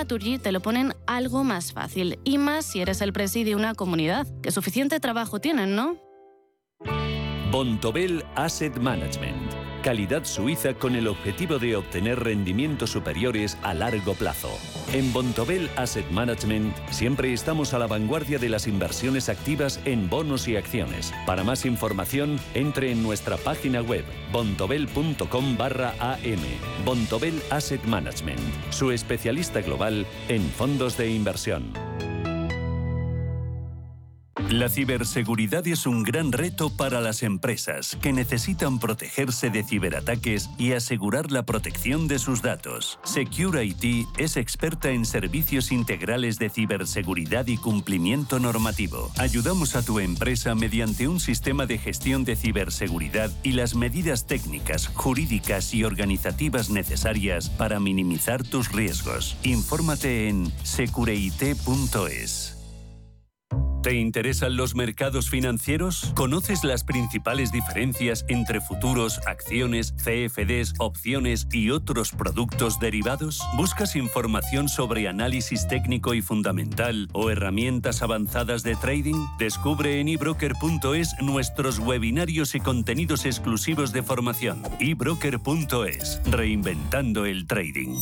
Naturgy te lo ponen algo más fácil, y más si eres el presidi de una comunidad, que suficiente trabajo tienen, ¿no? Bontobel Asset Management. Calidad suiza con el objetivo de obtener rendimientos superiores a largo plazo. En Bontobel Asset Management siempre estamos a la vanguardia de las inversiones activas en bonos y acciones. Para más información, entre en nuestra página web bontobel.com/am. Bontobel Asset Management, su especialista global en fondos de inversión. La ciberseguridad es un gran reto para las empresas que necesitan protegerse de ciberataques y asegurar la protección de sus datos. Security es experta en servicios integrales de ciberseguridad y cumplimiento normativo. Ayudamos a tu empresa mediante un sistema de gestión de ciberseguridad y las medidas técnicas, jurídicas y organizativas necesarias para minimizar tus riesgos. Infórmate en secureIT.es. ¿Te interesan los mercados financieros? ¿Conoces las principales diferencias entre futuros, acciones, CFDs, opciones y otros productos derivados? ¿Buscas información sobre análisis técnico y fundamental o herramientas avanzadas de trading? Descubre en ebroker.es nuestros webinarios y contenidos exclusivos de formación. ebroker.es, reinventando el trading.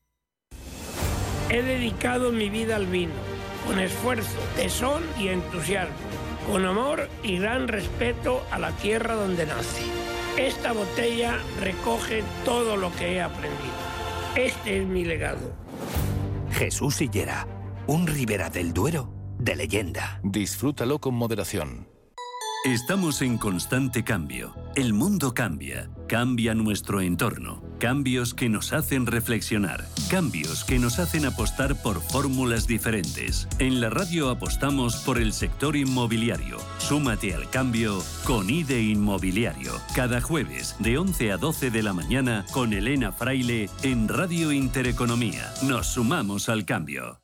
He dedicado mi vida al vino, con esfuerzo, tesón y entusiasmo, con amor y gran respeto a la tierra donde nací. Esta botella recoge todo lo que he aprendido. Este es mi legado. Jesús Sillera, un Ribera del Duero de leyenda. Disfrútalo con moderación. Estamos en constante cambio. El mundo cambia. Cambia nuestro entorno. Cambios que nos hacen reflexionar. Cambios que nos hacen apostar por fórmulas diferentes. En la radio apostamos por el sector inmobiliario. Súmate al cambio con IDE Inmobiliario. Cada jueves de 11 a 12 de la mañana con Elena Fraile en Radio Intereconomía. Nos sumamos al cambio.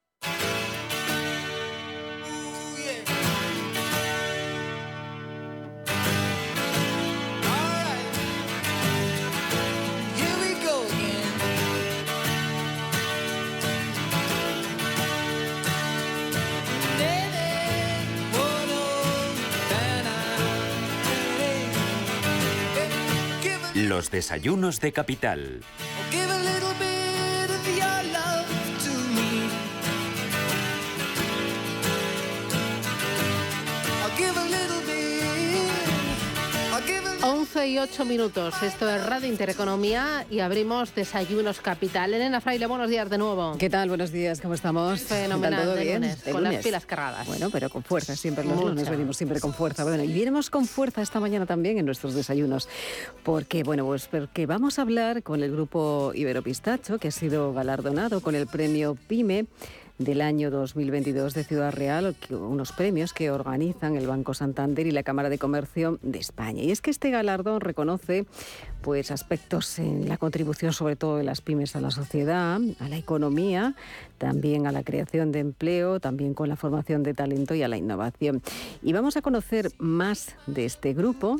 Los desayunos de Capital. Once y 8 minutos. Esto es Radio Intereconomía y abrimos Desayunos Capital. Elena Fraile, buenos días de nuevo. ¿Qué tal? Buenos días, ¿cómo estamos? Fenomenal, ¿Todo de bien? lunes, con las pilas cargadas. Bueno, pero con fuerza, siempre los Mucha. lunes venimos siempre con fuerza. Bueno, y vienemos con fuerza esta mañana también en nuestros desayunos. Porque, bueno, pues porque vamos a hablar con el grupo Ibero Pistacho, que ha sido galardonado con el premio PYME del año 2022 de Ciudad Real, unos premios que organizan el Banco Santander y la Cámara de Comercio de España. Y es que este galardón reconoce pues aspectos en la contribución sobre todo de las pymes a la sociedad, a la economía, también a la creación de empleo, también con la formación de talento y a la innovación. Y vamos a conocer más de este grupo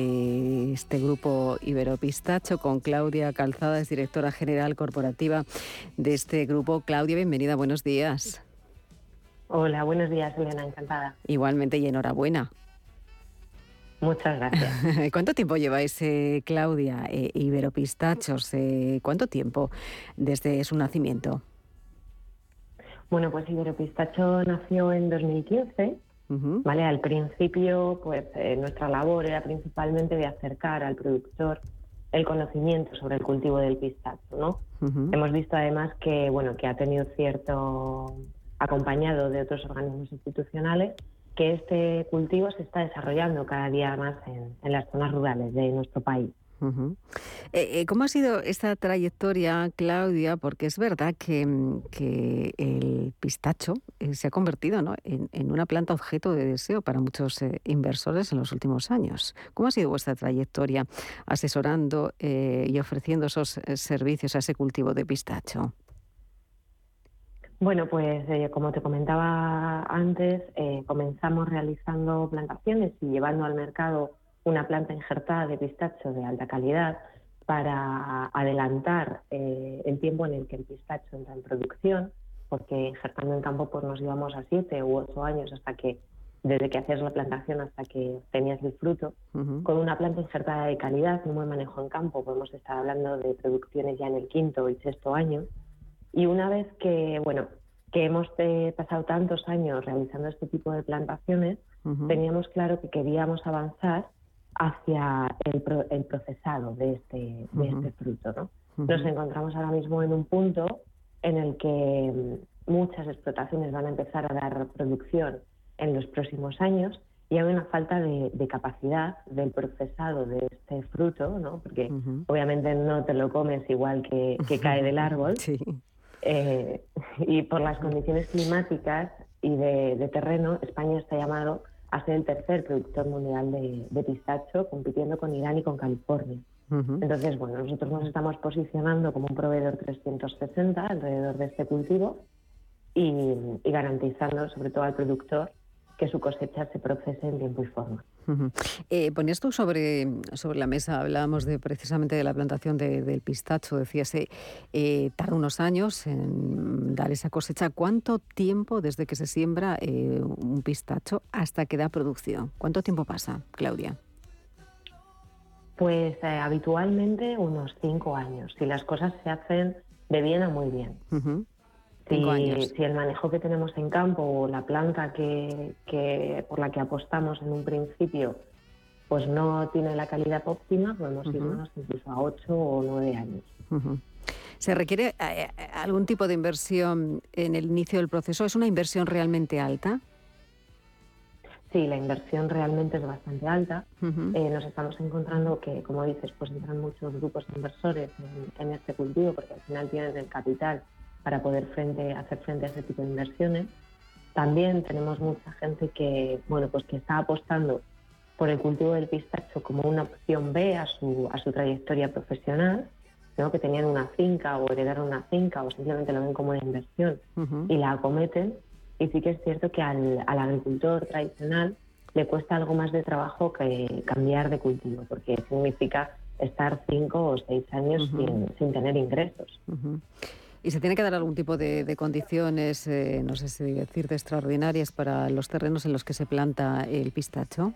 Ibero Pistacho, con Claudia Calzada, es directora general corporativa de este grupo. Claudia, bienvenida, buenos días. Hola, buenos días, Elena, encantada. Igualmente y enhorabuena. Muchas gracias. ¿Cuánto tiempo lleváis, Claudia, Ibero Pistachos? ¿Cuánto tiempo desde su nacimiento? Bueno, pues Ibero Pistacho nació en 2015, ¿vale? Al principio, pues nuestra labor era principalmente de acercar al productor el conocimiento sobre el cultivo del pistacho, ¿no? Hemos visto además que, bueno, que ha tenido cierto acompañado de otros organismos institucionales, que este cultivo se está desarrollando cada día más en las zonas rurales de nuestro país. ¿Cómo ha sido esta trayectoria, Claudia? Porque es verdad que el pistacho se ha convertido, ¿no?, en una planta objeto de deseo para muchos inversores en los últimos años. ¿Cómo ha sido vuestra trayectoria asesorando y ofreciendo esos servicios a ese cultivo de pistacho? Bueno, pues como te comentaba antes, comenzamos realizando plantaciones y llevando al mercado una planta injertada de pistacho de alta calidad para adelantar el tiempo en el que el pistacho entra en producción, porque injertando en campo pues nos íbamos a 7 u 8 años desde que hacías la plantación hasta que tenías el fruto. Con una planta injertada de calidad y un buen manejo en campo podemos estar hablando de producciones ya en el 5º y 6º año. Y una vez que hemos pasado tantos años realizando este tipo de plantaciones, teníamos claro que queríamos avanzar hacia el procesado de este fruto, ¿no? Nos encontramos ahora mismo en un punto en el que muchas explotaciones van a empezar a dar producción en los próximos años y hay una falta de capacidad del procesado de este fruto, ¿no? Porque obviamente no te lo comes igual que cae del árbol. Sí. Y por las condiciones climáticas y de terreno, España está llamado a ser el tercer productor mundial de pistacho, compitiendo con Irán y con California. Entonces, bueno, nosotros nos estamos posicionando como un proveedor 360 alrededor de este cultivo y garantizando, sobre todo al productor, que su cosecha se procese en tiempo y forma. Ponías tú sobre la mesa, hablábamos precisamente de la plantación del pistacho, decías, tarda unos años en dar esa cosecha. ¿Cuánto tiempo desde que se siembra un pistacho hasta que da producción? ¿Cuánto tiempo pasa, Claudia? Pues habitualmente unos 5 años, si las cosas se hacen de bien a muy bien. Si el manejo que tenemos en campo o la planta por la que apostamos en un principio pues no tiene la calidad óptima, podemos irnos incluso a 8 o 9 años. ¿Se requiere algún tipo de inversión en el inicio del proceso? ¿Es una inversión realmente alta? Sí, la inversión realmente es bastante alta. Nos estamos encontrando que, como dices, pues entran muchos grupos inversores en este cultivo porque al final tienen el capital para poder hacer frente a ese tipo de inversiones. También tenemos mucha gente que está apostando por el cultivo del pistacho como una opción B a su trayectoria profesional, ¿no? Que tenían una finca o heredaron una finca o simplemente lo ven como una inversión y la acometen. Y sí que es cierto que al agricultor tradicional le cuesta algo más de trabajo que cambiar de cultivo, porque significa estar 5 o 6 años sin tener ingresos. ¿Y se tiene que dar algún tipo de condiciones, no sé si decirte, extraordinarias para los terrenos en los que se planta el pistacho?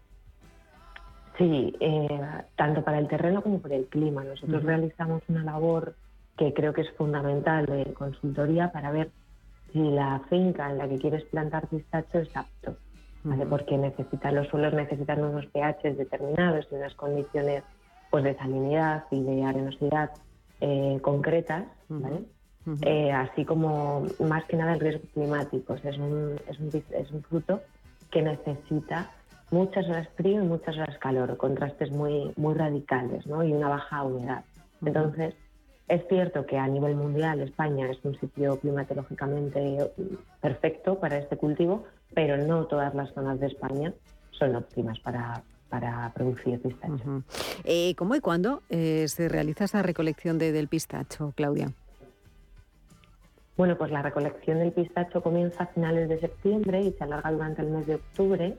Sí, tanto para el terreno como para el clima. Nosotros realizamos una labor que creo que es fundamental de consultoría para ver si la finca en la que quieres plantar pistacho es apto, ¿vale? Porque los suelos necesitan unos pHs determinados y unas condiciones pues de salinidad y de arenosidad concretas, ¿vale? Así como más que nada el riesgo climático. Es un fruto que necesita muchas horas frío y muchas horas calor, contrastes muy radicales, ¿no? Y una baja humedad. Entonces, es cierto que a nivel mundial España es un sitio climatológicamente perfecto para este cultivo, pero no todas las zonas de España son óptimas para producir pistacho. ¿Cómo y cuándo se realiza esa recolección del pistacho, Claudia? Bueno, pues la recolección del pistacho comienza a finales de septiembre y se alarga durante el mes de octubre.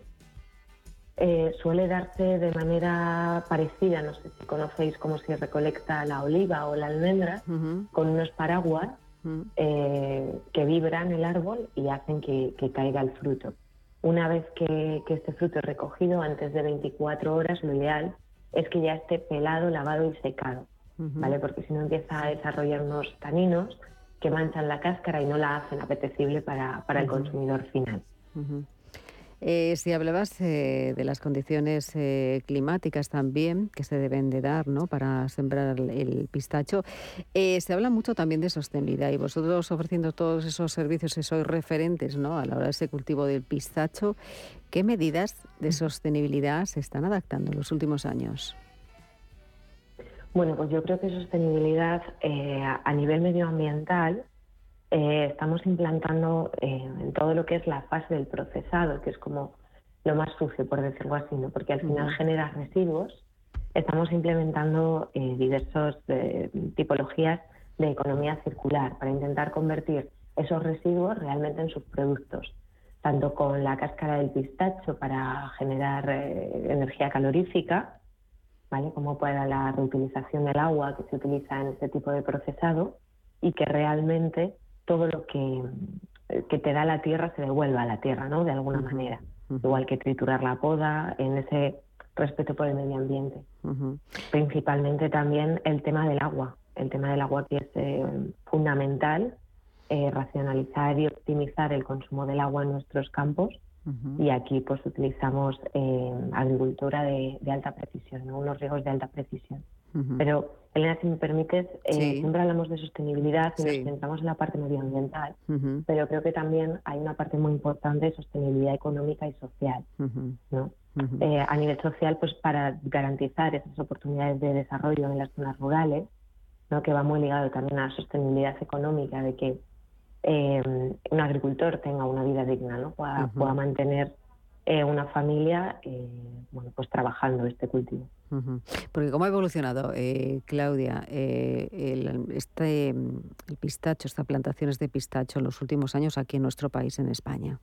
Suele darse de manera parecida, no sé si conocéis cómo se recolecta la oliva o la almendra, con unos paraguas que vibran el árbol y hacen que caiga el fruto. Una vez que este fruto es recogido, antes de 24 horas, lo ideal es que ya esté pelado, lavado y secado, ¿vale? Porque si no empieza a desarrollar unos taninos que manchan la cáscara y no la hacen apetecible para el consumidor final. Si hablabas de las condiciones climáticas también que se deben de dar, ¿no?, para sembrar el pistacho, se habla mucho también de sostenibilidad y vosotros ofreciendo todos esos servicios que sois referentes, ¿no?, a la hora de ese cultivo del pistacho, ¿qué medidas de sostenibilidad se están adaptando en los últimos años? Bueno, pues yo creo que sostenibilidad a nivel medioambiental estamos implantando en todo lo que es la fase del procesado, que es como lo más sucio, por decirlo así, ¿no? Porque al final genera residuos. Estamos implementando diversas tipologías de economía circular para intentar convertir esos residuos realmente en subproductos, tanto con la cáscara del pistacho para generar energía calorífica, ¿vale? Como para la reutilización del agua que se utiliza en este tipo de procesado y que realmente todo lo que te da la tierra se devuelva a la tierra, ¿no? De alguna manera. Igual que triturar la poda, en ese respeto por el medio ambiente. Principalmente también el tema del agua que es fundamental, racionalizar y optimizar el consumo del agua en nuestros campos. Y aquí pues utilizamos agricultura de alta precisión, ¿no? Unos riegos de alta precisión. Pero, Elena, si me permites, siempre hablamos de sostenibilidad y nos centramos en la parte medioambiental, pero creo que también hay una parte muy importante de sostenibilidad económica y social, ¿no? A nivel social, pues para garantizar esas oportunidades de desarrollo en las zonas rurales, ¿no? Que va muy ligado también a la sostenibilidad económica, de que un agricultor tenga una vida digna, ¿no? Pueda mantener una familia pues trabajando este cultivo. Porque ¿cómo ha evolucionado, Claudia, el pistacho, estas plantaciones de pistacho en los últimos años aquí en nuestro país, en España?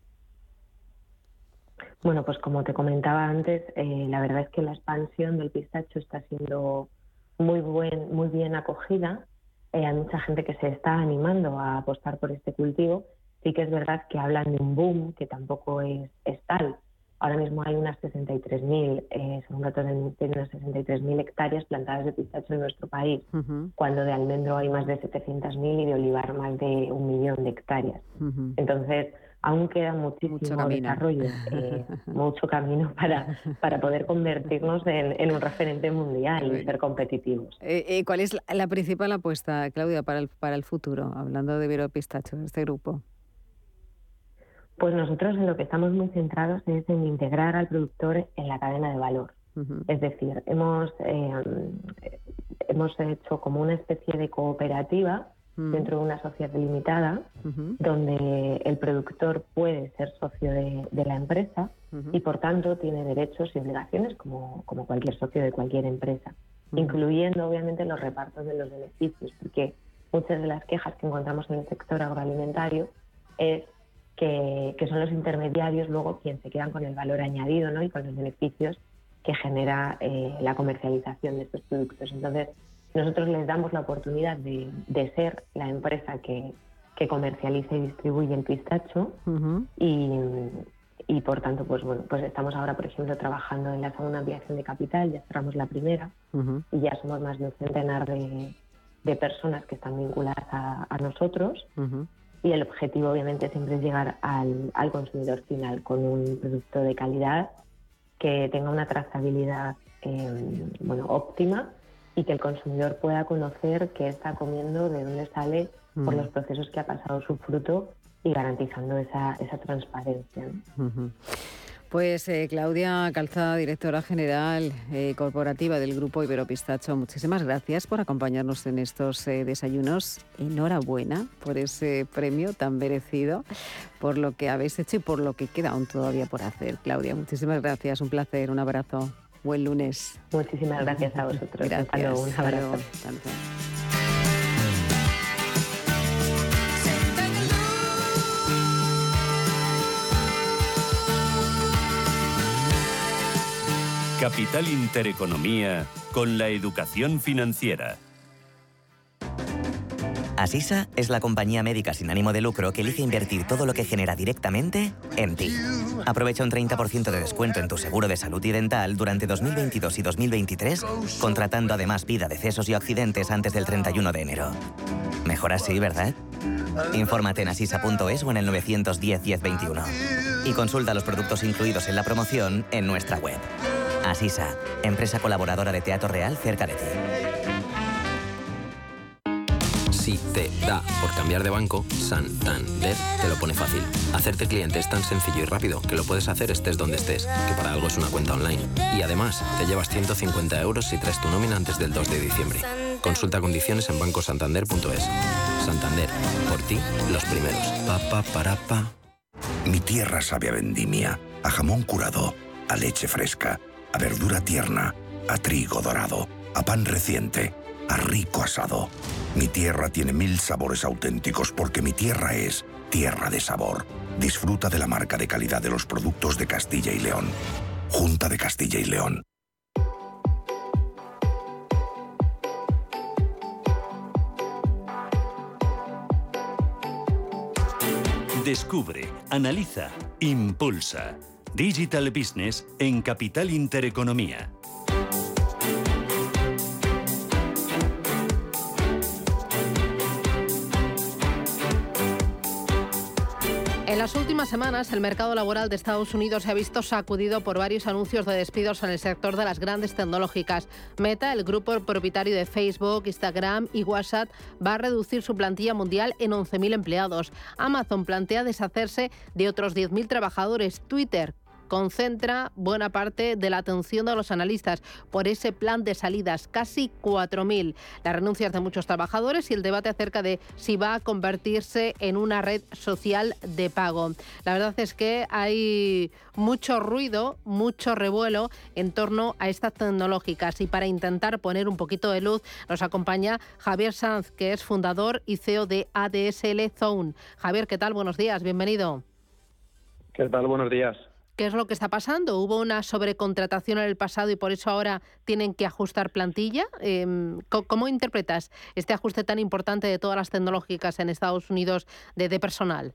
Bueno, pues como te comentaba antes, la verdad es que la expansión del pistacho está siendo muy bien acogida. Hay mucha gente que se está animando a apostar por este cultivo. Sí que es verdad que hablan de un boom, que tampoco es tal. Ahora mismo hay unas 63.000, según datos del Ministerio, unas 63.000 hectáreas plantadas de pistacho en nuestro país, cuando de almendro hay más de 700.000 y de olivar más de 1 millón de hectáreas. Entonces, aún queda muchísimo desarrollo, mucho camino para poder convertirnos en un referente mundial y ser competitivos. ¿Cuál es la principal apuesta, Claudia, para el futuro, hablando de Iberopistacho, de este grupo? Pues nosotros en lo que estamos muy centrados es en integrar al productor en la cadena de valor. Es decir, hemos hecho como una especie de cooperativa dentro de una sociedad limitada, donde el productor puede ser socio de la empresa y por tanto tiene derechos y obligaciones como cualquier socio de cualquier empresa, incluyendo obviamente los repartos de los beneficios, porque muchas de las quejas que encontramos en el sector agroalimentario es que son los intermediarios luego quienes se quedan con el valor añadido, ¿no? Y con los beneficios que genera la comercialización de estos productos. Entonces, nosotros les damos la oportunidad de ser la empresa que comercializa y distribuye el pistacho y por tanto, pues estamos ahora, por ejemplo, trabajando en la segunda ampliación de capital, ya cerramos la primera y ya somos más de un centenar de personas que están vinculadas a nosotros. Y el objetivo, obviamente, siempre es llegar al consumidor final con un producto de calidad que tenga una trazabilidad óptima y que el consumidor pueda conocer qué está comiendo, de dónde sale, por los procesos que ha pasado su fruto y garantizando esa transparencia, ¿no? Pues Claudia Calzada, directora general corporativa del Grupo Iberopistacho, muchísimas gracias por acompañarnos en estos desayunos. Enhorabuena por ese premio tan merecido, por lo que habéis hecho y por lo que queda aún todavía por hacer. Claudia, muchísimas gracias, un placer, un abrazo. Buen lunes. Muchísimas gracias a vosotros. Gracias. Un abrazo. Capital Intereconomía con la educación financiera. Asisa es la compañía médica sin ánimo de lucro que elige invertir todo lo que genera directamente en ti. Aprovecha un 30% de descuento en tu seguro de salud y dental durante 2022 y 2023, contratando además vida, decesos y accidentes antes del 31 de enero. Mejor así, ¿verdad? Infórmate en asisa.es o en el 910 1021. Y consulta los productos incluidos en la promoción en nuestra web. Asisa, empresa colaboradora de Teatro Real cerca de ti. Si te da por cambiar de banco, Santander te lo pone fácil. Hacerte cliente es tan sencillo y rápido que lo puedes hacer estés donde estés, que para algo es una cuenta online. Y además, te llevas 150 euros si traes tu nómina antes del 2 de diciembre. Consulta condiciones en bancosantander.es. Santander, por ti, los primeros. Mi tierra sabe a vendimia, a jamón curado, a leche fresca, a verdura tierna, a trigo dorado, a pan reciente, a rico asado. Mi tierra tiene 1000 sabores auténticos porque mi tierra es tierra de sabor. Disfruta de la marca de calidad de los productos de Castilla y León. Junta de Castilla y León. Descubre, analiza, impulsa. Digital Business en Capital Intereconomía. En las últimas semanas, el mercado laboral de Estados Unidos se ha visto sacudido por varios anuncios de despidos en el sector de las grandes tecnológicas. Meta, el grupo propietario de Facebook, Instagram y WhatsApp, va a reducir su plantilla mundial en 11.000 empleados. Amazon plantea deshacerse de otros 10.000 trabajadores. Twitter concentra buena parte de la atención de los analistas por ese plan de salidas, casi 4.000. Las renuncias de muchos trabajadores y el debate acerca de si va a convertirse en una red social de pago. La verdad es que hay mucho ruido, mucho revuelo en torno a estas tecnológicas, y para intentar poner un poquito de luz nos acompaña Javier Sanz, que es fundador y CEO de ADSL Zone. Javier, ¿qué tal? Buenos días, bienvenido. ¿Qué tal? Buenos días. ¿Qué es lo que está pasando? ¿Hubo una sobrecontratación en el pasado y por eso ahora tienen que ajustar plantilla? ¿Cómo interpretas este ajuste tan importante de todas las tecnológicas en Estados Unidos de personal?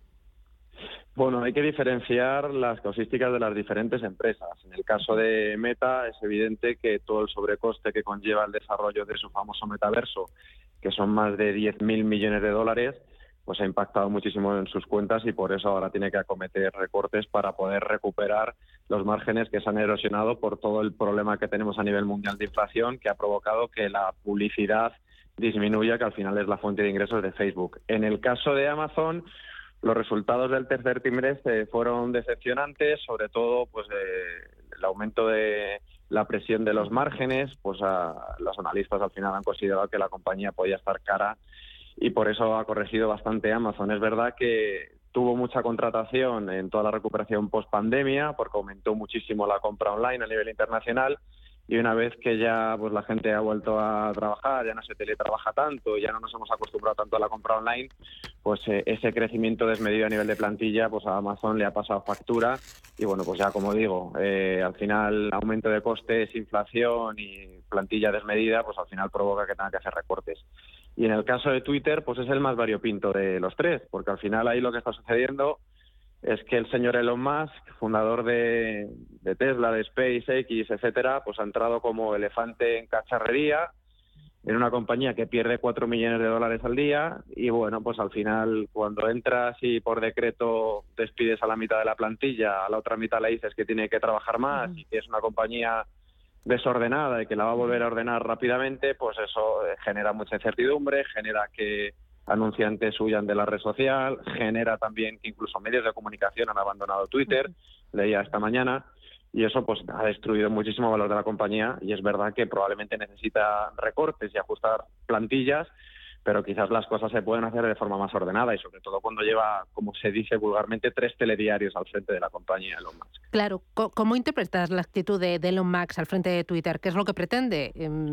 Bueno, hay que diferenciar las causísticas de las diferentes empresas. En el caso de Meta es evidente que todo el sobrecoste que conlleva el desarrollo de su famoso metaverso, que son más de 10.000 millones de dólares, pues ha impactado muchísimo en sus cuentas y por eso ahora tiene que acometer recortes para poder recuperar los márgenes que se han erosionado por todo el problema que tenemos a nivel mundial de inflación, que ha provocado que la publicidad disminuya, que al final es la fuente de ingresos de Facebook. En el caso de Amazon, los resultados del tercer trimestre fueron decepcionantes, sobre todo pues el aumento de la presión de los márgenes, pues los analistas al final han considerado que la compañía podía estar cara y por eso ha corregido bastante Amazon. Es verdad que tuvo mucha contratación en toda la recuperación post-pandemia porque aumentó muchísimo la compra online a nivel internacional, y una vez que ya pues la gente ha vuelto a trabajar, ya no se teletrabaja tanto, ya no nos hemos acostumbrado tanto a la compra online, pues ese crecimiento desmedido a nivel de plantilla pues a Amazon le ha pasado factura y bueno, pues ya como digo, al final aumento de costes, inflación y plantilla desmedida, pues al final provoca que tenga que hacer recortes. Y en el caso de Twitter, pues es el más variopinto de los tres, porque al final ahí lo que está sucediendo es que el señor Elon Musk, fundador de Tesla, de SpaceX, etcétera, pues ha entrado como elefante en cacharrería en una compañía que pierde 4 millones de dólares al día y bueno, pues al final cuando entras y por decreto despides a la mitad de la plantilla, a la otra mitad le dices que tiene que trabajar más y que es una compañía desordenada y que la va a volver a ordenar rápidamente, pues eso genera mucha incertidumbre, genera que anunciantes huyan de la red social, genera también que incluso medios de comunicación han abandonado Twitter, leía esta mañana, y eso pues ha destruido muchísimo valor de la compañía y es verdad que probablemente necesita recortes y ajustar plantillas, pero quizás las cosas se pueden hacer de forma más ordenada y sobre todo cuando lleva, como se dice vulgarmente, 3 telediarios al frente de la compañía Elon Musk. Claro, ¿cómo interpretas la actitud de Elon Musk al frente de Twitter? ¿Qué es lo que pretende?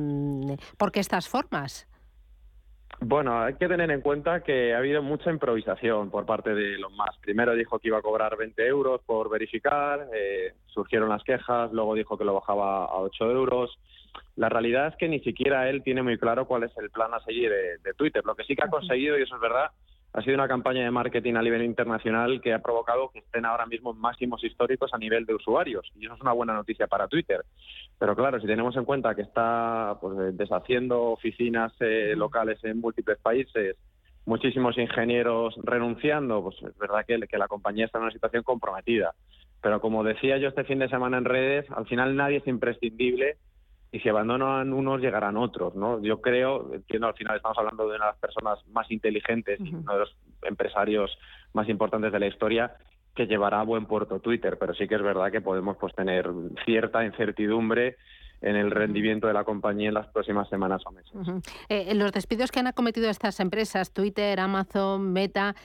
¿Por qué estas formas? Bueno, hay que tener en cuenta que ha habido mucha improvisación por parte de Elon Musk. Primero dijo que iba a cobrar 20 euros por verificar, surgieron las quejas, luego dijo que lo bajaba a 8 euros. La realidad es que ni siquiera él tiene muy claro cuál es el plan a seguir de Twitter. Lo que sí que ha conseguido, y eso es verdad, ha sido una campaña de marketing a nivel internacional que ha provocado que estén ahora mismo en máximos históricos a nivel de usuarios. Y eso es una buena noticia para Twitter. Pero claro, si tenemos en cuenta que está pues, deshaciendo oficinas locales en múltiples países, muchísimos ingenieros renunciando, pues es verdad que la compañía está en una situación comprometida. Pero como decía yo este fin de semana en redes, al final nadie es imprescindible y si abandonan unos llegarán otros, ¿no? Yo entiendo, al final estamos hablando de una de las personas más inteligentes y uno de los empresarios más importantes de la historia que llevará a buen puerto Twitter, pero sí que es verdad que podemos pues tener cierta incertidumbre en el rendimiento de la compañía en las próximas semanas o meses. Los despidos que han acometido estas empresas, Twitter, Amazon, Meta,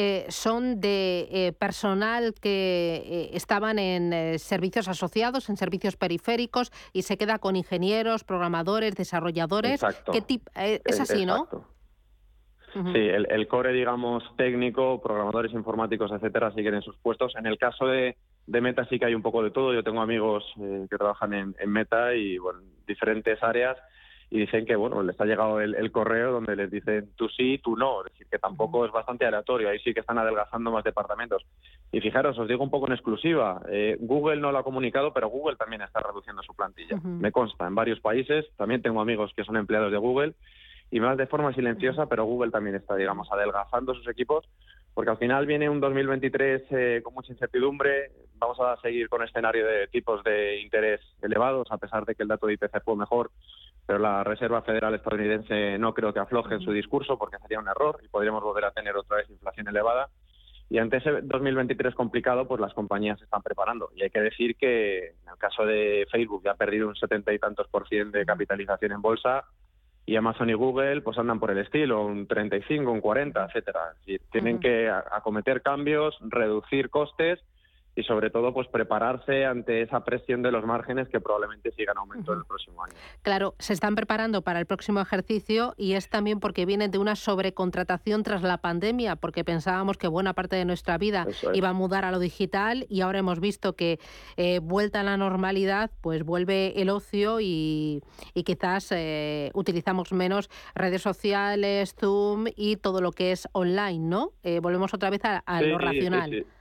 son de personal que estaban en servicios asociados, en servicios periféricos, y se queda con ingenieros, programadores, desarrolladores. Exacto. Es así, exacto. ¿No? Sí, el core, digamos, técnico, programadores informáticos, etcétera, siguen en sus puestos. En el caso de Meta sí que hay un poco de todo. Yo tengo amigos que trabajan en Meta y bueno, en diferentes áreas y dicen que, bueno, les ha llegado el correo donde les dicen tú sí, tú no, es decir, que tampoco es bastante aleatorio, ahí sí que están adelgazando más departamentos. Y fijaros, os digo un poco en exclusiva, Google no lo ha comunicado, pero Google también está reduciendo su plantilla. Me consta, en varios países, también tengo amigos que son empleados de Google, y más de forma silenciosa, pero Google también está, digamos, adelgazando sus equipos, porque al final viene un 2023 con mucha incertidumbre. Vamos a seguir con escenario de tipos de interés elevados, a pesar de que el dato de IPC fue mejor, pero la Reserva Federal estadounidense no creo que afloje en su discurso, porque sería un error y podríamos volver a tener otra vez inflación elevada. Y ante ese 2023 complicado, pues las compañías se están preparando. Y hay que decir que en el caso de Facebook ya ha perdido un 70 y tantos % de capitalización en bolsa, y Amazon y Google pues andan por el estilo, un 35, un 40, etcétera. Es decir, tienen que acometer cambios, reducir costes y sobre todo pues prepararse ante esa presión de los márgenes que probablemente sigan aumentando en el próximo año. Claro, se están preparando para el próximo ejercicio y es también porque vienen de una sobrecontratación tras la pandemia, porque pensábamos que buena parte de nuestra vida iba a mudar a lo digital y ahora hemos visto que vuelta a la normalidad, pues vuelve el ocio y quizás utilizamos menos redes sociales, Zoom y todo lo que es online, ¿no? Volvemos otra vez a lo racional. Sí.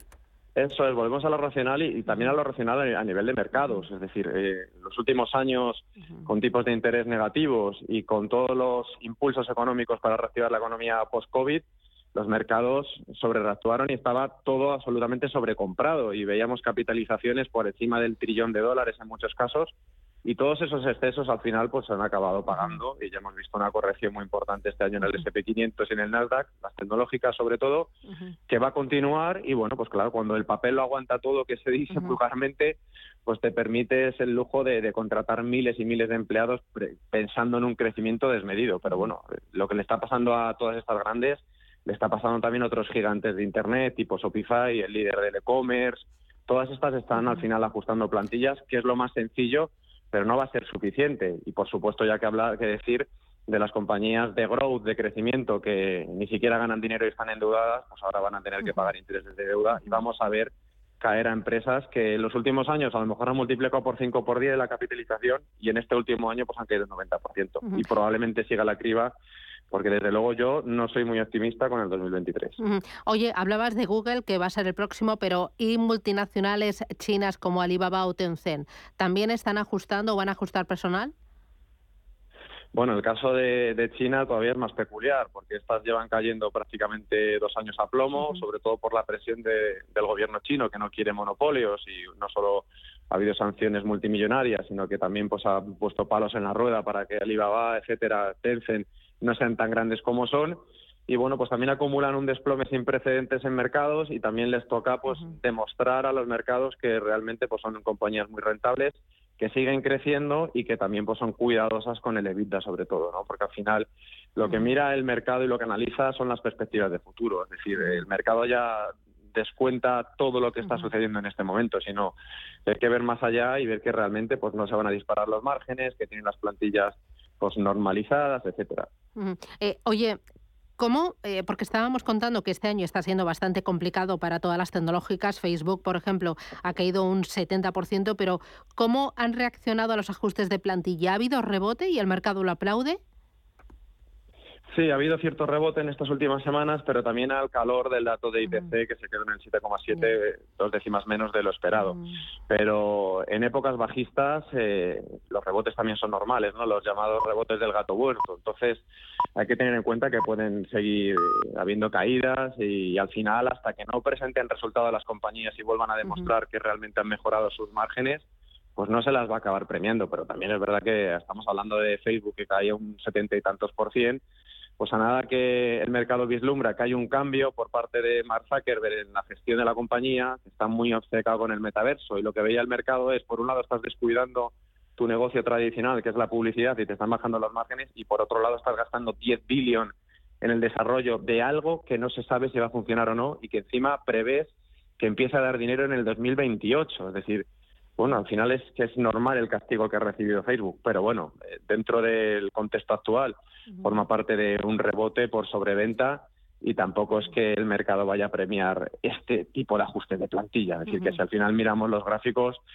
Eso es, volvemos a lo racional y también a lo racional a nivel de mercados. Es decir, los últimos años, con tipos de interés negativos y con todos los impulsos económicos para reactivar la economía post-COVID, los mercados sobrereactuaron y estaba todo absolutamente sobrecomprado y veíamos capitalizaciones por encima del $1 trillón en muchos casos. Y todos esos excesos al final pues se han acabado pagando y ya hemos visto una corrección muy importante este año en el S&P 500 y en el Nasdaq, las tecnológicas sobre todo, que va a continuar y bueno, pues claro, cuando el papel lo aguanta todo, que se dice vulgarmente, pues te permites el lujo de contratar miles y miles de empleados pensando en un crecimiento desmedido. Pero bueno, lo que le está pasando a todas estas grandes, le está pasando también a otros gigantes de Internet, tipo Shopify, el líder del e-commerce. Todas estas están al final ajustando plantillas, que es lo más sencillo, pero no va a ser suficiente. Y por supuesto, ya que decir de las compañías de growth, de crecimiento, que ni siquiera ganan dinero y están endeudadas, pues ahora van a tener que pagar intereses de deuda y vamos a ver caer a empresas que en los últimos años a lo mejor han multiplicado por 5 por 10 la capitalización y en este último año pues han caído el 90%. Y probablemente siga la criba, porque desde luego yo no soy muy optimista con el 2023. Oye, hablabas de Google, que va a ser el próximo, pero ¿y multinacionales chinas como Alibaba o Tencent también están ajustando o van a ajustar personal? Bueno, el caso de China todavía es más peculiar, porque estas llevan cayendo prácticamente 2 años a plomo, sobre todo por la presión del gobierno chino, que no quiere monopolios, y no solo ha habido sanciones multimillonarias, sino que también pues ha puesto palos en la rueda para que Alibaba, etcétera, Tencent, no sean tan grandes como son. Y bueno, pues también acumulan un desplome sin precedentes en mercados y también les toca pues demostrar a los mercados que realmente pues son compañías muy rentables, que siguen creciendo y que también pues son cuidadosas con el EBITDA sobre todo, ¿no? Porque al final lo que mira el mercado y lo que analiza son las perspectivas de futuro. Es decir, el mercado ya descuenta todo lo que está sucediendo en este momento, sino hay que ver más allá y ver que realmente pues no se van a disparar los márgenes, que tienen las plantillas pues normalizadas, etcétera. Oye, ¿cómo? Porque estábamos contando que este año está siendo bastante complicado para todas las tecnológicas. Facebook, por ejemplo, ha caído un 70%, pero ¿cómo han reaccionado a los ajustes de plantilla? ¿Ha habido rebote y el mercado lo aplaude? Sí, ha habido cierto rebote en estas últimas semanas, pero también al calor del dato de IPC, que se quedó en el 7,7, 2 décimas menos de lo esperado. Pero en épocas bajistas los rebotes también son normales, ¿no? Los llamados rebotes del gato muerto. Entonces hay que tener en cuenta que pueden seguir habiendo caídas y al final, hasta que no presenten resultados las compañías y vuelvan a demostrar que realmente han mejorado sus márgenes, pues no se las va a acabar premiando. Pero también es verdad que estamos hablando de Facebook, que caía un 70 y tantos %. Pues a nada que el mercado vislumbra que hay un cambio por parte de Mark Zuckerberg en la gestión de la compañía, que está muy obcecado con el metaverso, y lo que veía el mercado es, por un lado, estás descuidando tu negocio tradicional, que es la publicidad, y te están bajando los márgenes, y por otro lado estás gastando 10 billones en el desarrollo de algo que no se sabe si va a funcionar o no, y que encima prevés que empiece a dar dinero en el 2028. Es decir, bueno, al final es que es normal el castigo que ha recibido Facebook, pero bueno, dentro del contexto actual forma parte de un rebote por sobreventa y tampoco es que el mercado vaya a premiar este tipo de ajuste de plantilla. Es decir, que si al final miramos los gráficos,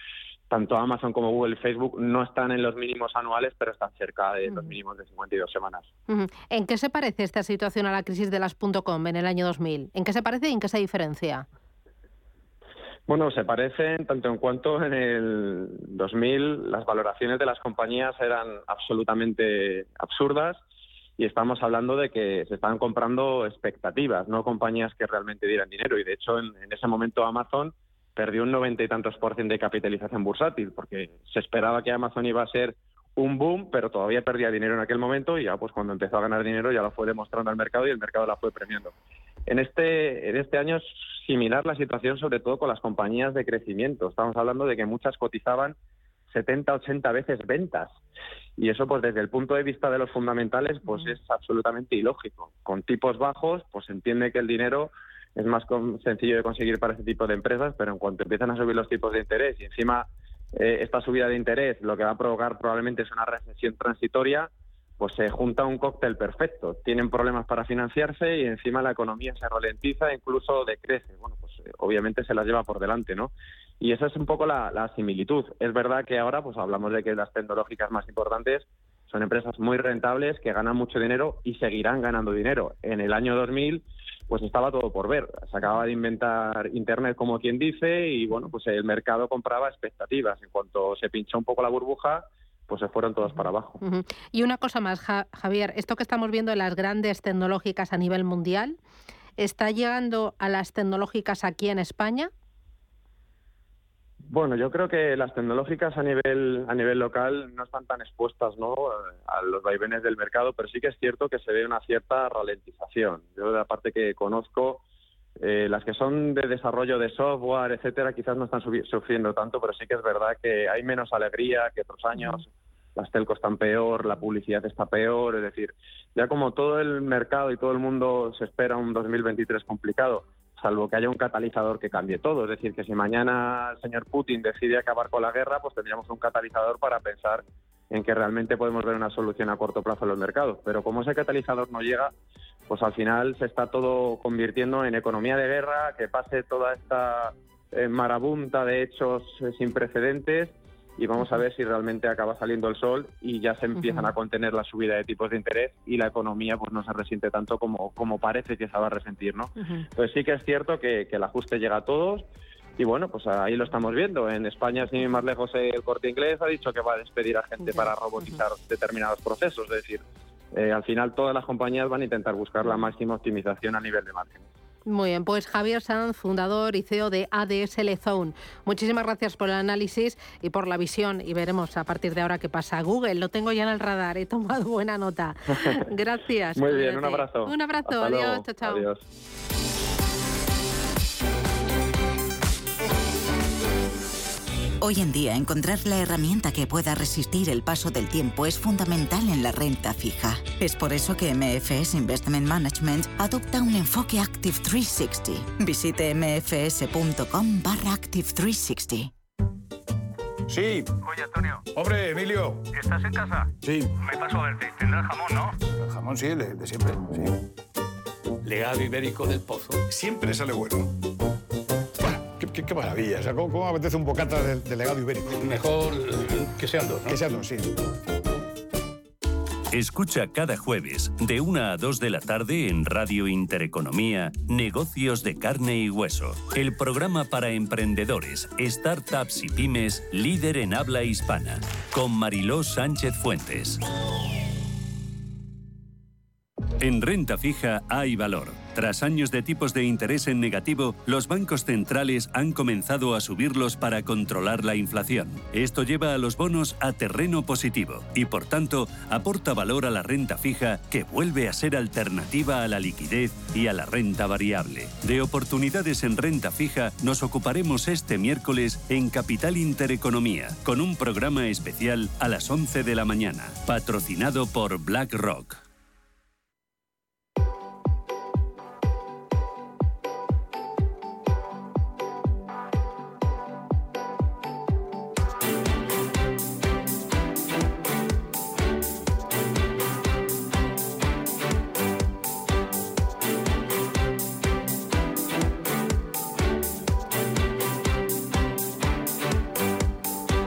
tanto Amazon como Google y Facebook no están en los mínimos anuales, pero están cerca de los mínimos de 52 semanas. ¿En qué se parece esta situación a la crisis de las .com en el año 2000? ¿En qué se parece y en qué se diferencia? Bueno, se parecen tanto en cuanto en el 2000 las valoraciones de las compañías eran absolutamente absurdas y estamos hablando de que se estaban comprando expectativas, no compañías que realmente dieran dinero. Y de hecho, en ese momento Amazon perdió un 90 y tantos % de capitalización bursátil, porque se esperaba que Amazon iba a ser un boom, pero todavía perdía dinero en aquel momento y ya pues cuando empezó a ganar dinero ya lo fue demostrando al mercado y el mercado la fue premiando. En este año es similar la situación, sobre todo con las compañías de crecimiento. Estamos hablando de que muchas cotizaban 70, 80 veces ventas. Y eso, pues desde el punto de vista de los fundamentales, pues es absolutamente ilógico. Con tipos bajos, pues se entiende que el dinero es más sencillo de conseguir para ese tipo de empresas, pero en cuanto empiezan a subir los tipos de interés y encima esta subida de interés lo que va a provocar probablemente es una recesión transitoria, pues se junta un cóctel perfecto. Tienen problemas para financiarse y encima la economía se ralentiza e incluso decrece. Bueno, pues obviamente se las lleva por delante, ¿no? Y esa es un poco la similitud. Es verdad que ahora pues hablamos de que las tecnológicas más importantes son empresas muy rentables que ganan mucho dinero y seguirán ganando dinero. En el año 2000 pues estaba todo por ver. Se acababa de inventar Internet, como quien dice, y bueno, pues el mercado compraba expectativas. En cuanto se pinchó un poco la burbuja, pues se fueron todos para abajo. Y una cosa más, Javier, esto que estamos viendo en las grandes tecnológicas a nivel mundial, ¿está llegando a las tecnológicas aquí en España? Bueno, yo creo que las tecnológicas a nivel local no están tan expuestas, ¿no?, a los vaivenes del mercado, pero sí que es cierto que se ve una cierta ralentización. Yo, de la parte que conozco, las que son de desarrollo de software, etcétera, quizás no están sufriendo tanto, pero sí que es verdad que hay menos alegría que otros años. Las telcos están peor, la publicidad está peor, es decir, ya como todo el mercado y todo el mundo se espera un 2023 complicado, salvo que haya un catalizador que cambie todo. Es decir, que si mañana el señor Putin decide acabar con la guerra, pues tendríamos un catalizador para pensar en que realmente podemos ver una solución a corto plazo en los mercados. Pero como ese catalizador no llega, pues al final se está todo convirtiendo en economía de guerra, que pase toda esta marabunta de hechos sin precedentes y vamos a ver si realmente acaba saliendo el sol y ya se empiezan a contener la subida de tipos de interés y la economía pues no se resiente tanto como parece que se va a resentir, ¿no? Entonces sí que es cierto que el ajuste llega a todos y bueno, pues ahí lo estamos viendo. En España, sin ir más lejos, el Corte Inglés ha dicho que va a despedir a gente para robotizar determinados procesos, es decir, al final todas las compañías van a intentar buscar la máxima optimización a nivel de márgenes. Muy bien, pues Javier Sanz, fundador y CEO de ADSL Zone. Muchísimas gracias por el análisis y por la visión y veremos a partir de ahora qué pasa. Google, lo tengo ya en el radar, he tomado buena nota. Gracias. Muy bien, un abrazo. Un abrazo, Hasta adiós, luego. chao, chao. Adiós. Hoy en día, encontrar la herramienta que pueda resistir el paso del tiempo es fundamental en la renta fija. Es por eso que MFS Investment Management adopta un enfoque Active 360. Visite mfs.com/Active 360. Sí. Oye, Antonio. Hombre, Emilio. ¿Estás en casa? Sí. Me paso a verte. Tendrás jamón, ¿no? El jamón sí, el de siempre, sí. Legado ibérico del Pozo. Siempre sale bueno. Qué maravilla. O sea, ¿cómo apetece un bocata de legado ibérico? Mejor que sean dos, ¿no? Que sean dos, sí. Escucha cada jueves de 1 a 2 de la tarde en Radio Intereconomía Negocios de Carne y Hueso. El programa para emprendedores, startups y pymes líder en habla hispana. Con Mariló Sánchez Fuentes. En renta fija hay valor. Tras años de tipos de interés en negativo, los bancos centrales han comenzado a subirlos para controlar la inflación. Esto lleva a los bonos a terreno positivo y, por tanto, aporta valor a la renta fija, que vuelve a ser alternativa a la liquidez y a la renta variable. De oportunidades en renta fija nos ocuparemos este miércoles en Capital Intereconomía, con un programa especial a las 11 de la mañana, patrocinado por BlackRock.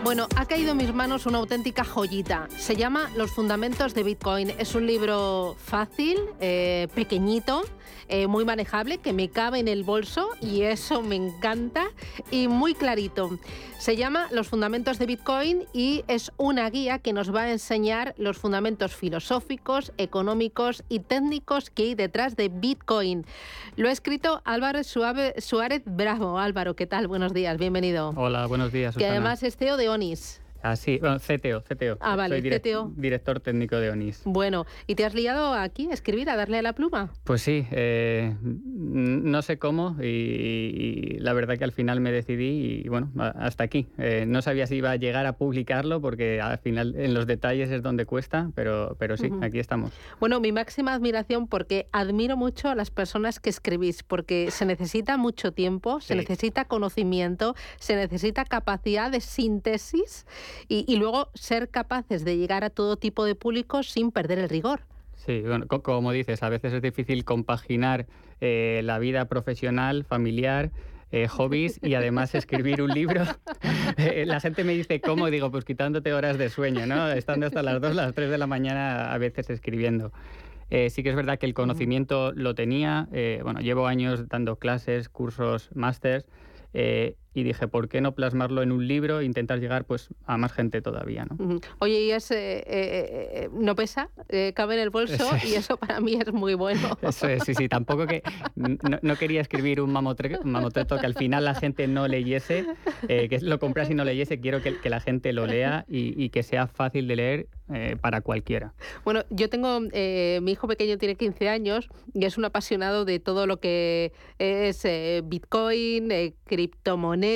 Bueno, ha caído en mis manos una auténtica joyita. Se llama Los fundamentos de Bitcoin. Es un libro fácil, pequeñito, muy manejable, que me cabe en el bolso y eso me encanta, y muy clarito. Se llama Los fundamentos de Bitcoin y es una guía que nos va a enseñar los fundamentos filosóficos, económicos y técnicos que hay detrás de Bitcoin. Lo ha escrito Álvaro Suárez Bravo. Álvaro, ¿qué tal? Buenos días, bienvenido. Hola, buenos días, Susana. Que además es CEO de Onis. Ah, sí, bueno, CTO. Ah, vale, Soy CTO. Director técnico de Onis. Bueno, ¿y te has liado aquí a escribir, a darle a la pluma? Pues sí, no sé cómo y la verdad que al final me decidí y bueno, hasta aquí. No sabía si iba a llegar a publicarlo porque al final en los detalles es donde cuesta, pero sí, aquí estamos. Bueno, mi máxima admiración porque admiro mucho a las personas que escribís, porque se necesita mucho tiempo, se necesita conocimiento, se necesita capacidad de síntesis y luego ser capaces de llegar a todo tipo de públicos sin perder el rigor. Sí, bueno, como dices, a veces es difícil compaginar la vida profesional, familiar, hobbies y además escribir un libro. La gente me dice, ¿cómo? Y digo, pues quitándote horas de sueño, ¿no? Estando hasta las 2, las 3 de la mañana a veces escribiendo. Sí que es verdad que el conocimiento lo tenía. Bueno, llevo años dando clases, cursos, másters. Y dije, ¿por qué no plasmarlo en un libro e intentar llegar pues a más gente todavía, ¿no? Oye, y es no pesa, cabe en el bolso y eso para mí es muy bueno. Eso es, sí, tampoco que no quería escribir un mamotreto que al final la gente no leyese, que lo compras y no leyese, quiero que la gente lo lea y que sea fácil de leer para cualquiera. Bueno, yo tengo, mi hijo pequeño tiene 15 años y es un apasionado de todo lo que es Bitcoin, criptomonedas,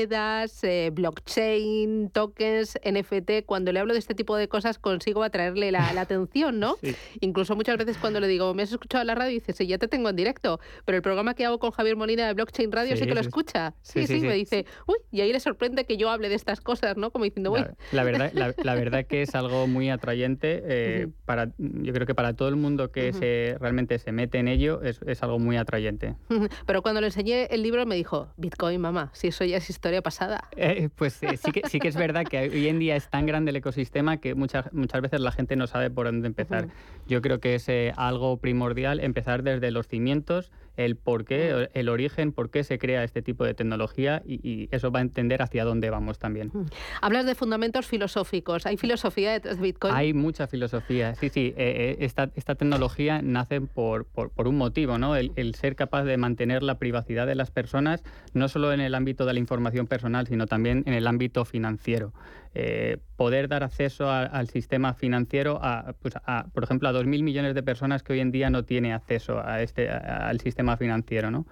blockchain, tokens, NFT. Cuando le hablo de este tipo de cosas consigo atraerle la atención, ¿no? Sí. Incluso muchas veces cuando le digo, ¿me has escuchado en la radio? Y dice, sí, ya te tengo en directo, pero el programa que hago con Javier Molina de Blockchain Radio sí que lo escucha. Sí, me dice, uy, y ahí le sorprende que yo hable de estas cosas, ¿no? Como diciendo, uy. La verdad que es algo muy atrayente, yo creo que para todo el mundo que realmente se mete en ello es algo muy atrayente. Pero cuando le enseñé el libro me dijo, Bitcoin, mamá, si eso ya es historia pasada. Sí que es verdad que hoy en día es tan grande el ecosistema que muchas veces la gente no sabe por dónde empezar. Yo creo que es algo primordial empezar desde los cimientos, el por qué, el origen, por qué se crea este tipo de tecnología y eso va a entender hacia dónde vamos también. Hablas de fundamentos filosóficos. ¿Hay filosofía detrás de Bitcoin? Hay mucha filosofía. Sí. Esta tecnología nace por un motivo, ¿no? El ser capaz de mantener la privacidad de las personas, no solo en el ámbito de la información personal, sino también en el ámbito financiero. Poder dar acceso al sistema financiero por ejemplo, a 2.000 millones de personas que hoy en día no tienen acceso al sistema financiero, ¿no?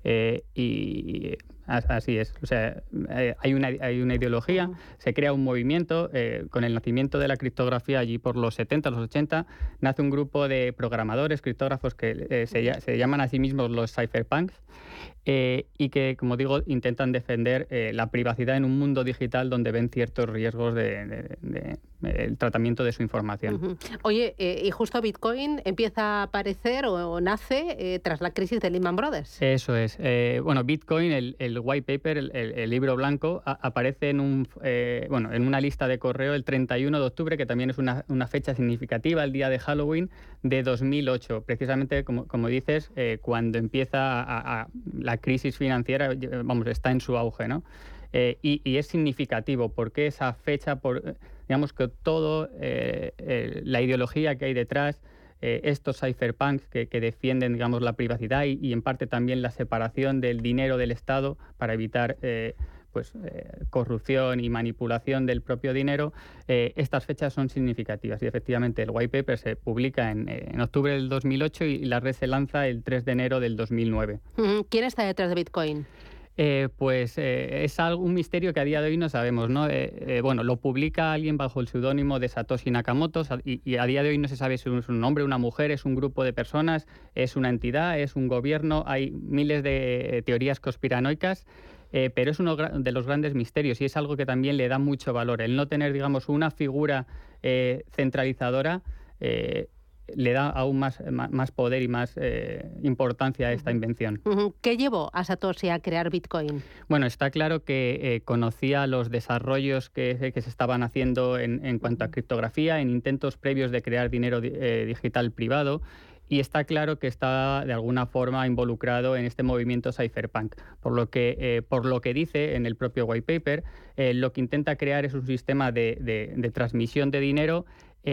Y así es. O sea, hay una ideología, se crea un movimiento. Con el nacimiento de la criptografía allí por los 70, los 80, nace un grupo de programadores, criptógrafos que se llaman a sí mismos los cypherpunks y que, como digo, intentan defender la privacidad en un mundo digital donde ven ciertos riesgos el tratamiento de su información. Oye, y justo Bitcoin empieza a aparecer o nace tras la crisis de Lehman Brothers. Eso es. Bueno, Bitcoin, el white paper, el libro blanco, aparece en una lista de correo el 31 de octubre, que también es una fecha significativa, el día de Halloween de 2008. Precisamente, como dices, cuando empieza la crisis financiera, está en su auge, ¿no? Y es significativo porque esa fecha, digamos que todo la ideología que hay detrás, estos cypherpunks que defienden, digamos, la privacidad y en parte también la separación del dinero del Estado para evitar corrupción y manipulación del propio dinero, estas fechas son significativas y efectivamente el white paper se publica en octubre del 2008 y la red se lanza el 3 de enero del 2009. ¿Quién está detrás de Bitcoin? Es un misterio que a día de hoy no sabemos, ¿no? Lo publica alguien bajo el seudónimo de Satoshi Nakamoto y a día de hoy no se sabe si es un hombre, una mujer, es un grupo de personas, es una entidad, es un gobierno. Hay miles de teorías conspiranoicas, pero es uno de los grandes misterios y es algo que también le da mucho valor. El no tener, digamos, una figura centralizadora le da aún más poder y más importancia a esta invención. ¿Qué llevó a Satoshi a crear Bitcoin? Bueno, está claro que conocía los desarrollos que se estaban haciendo en cuanto a criptografía, en intentos previos de crear dinero digital privado, y está claro que está de alguna forma involucrado en este movimiento cypherpunk. Por lo que dice en el propio white paper, lo que intenta crear es un sistema de transmisión de dinero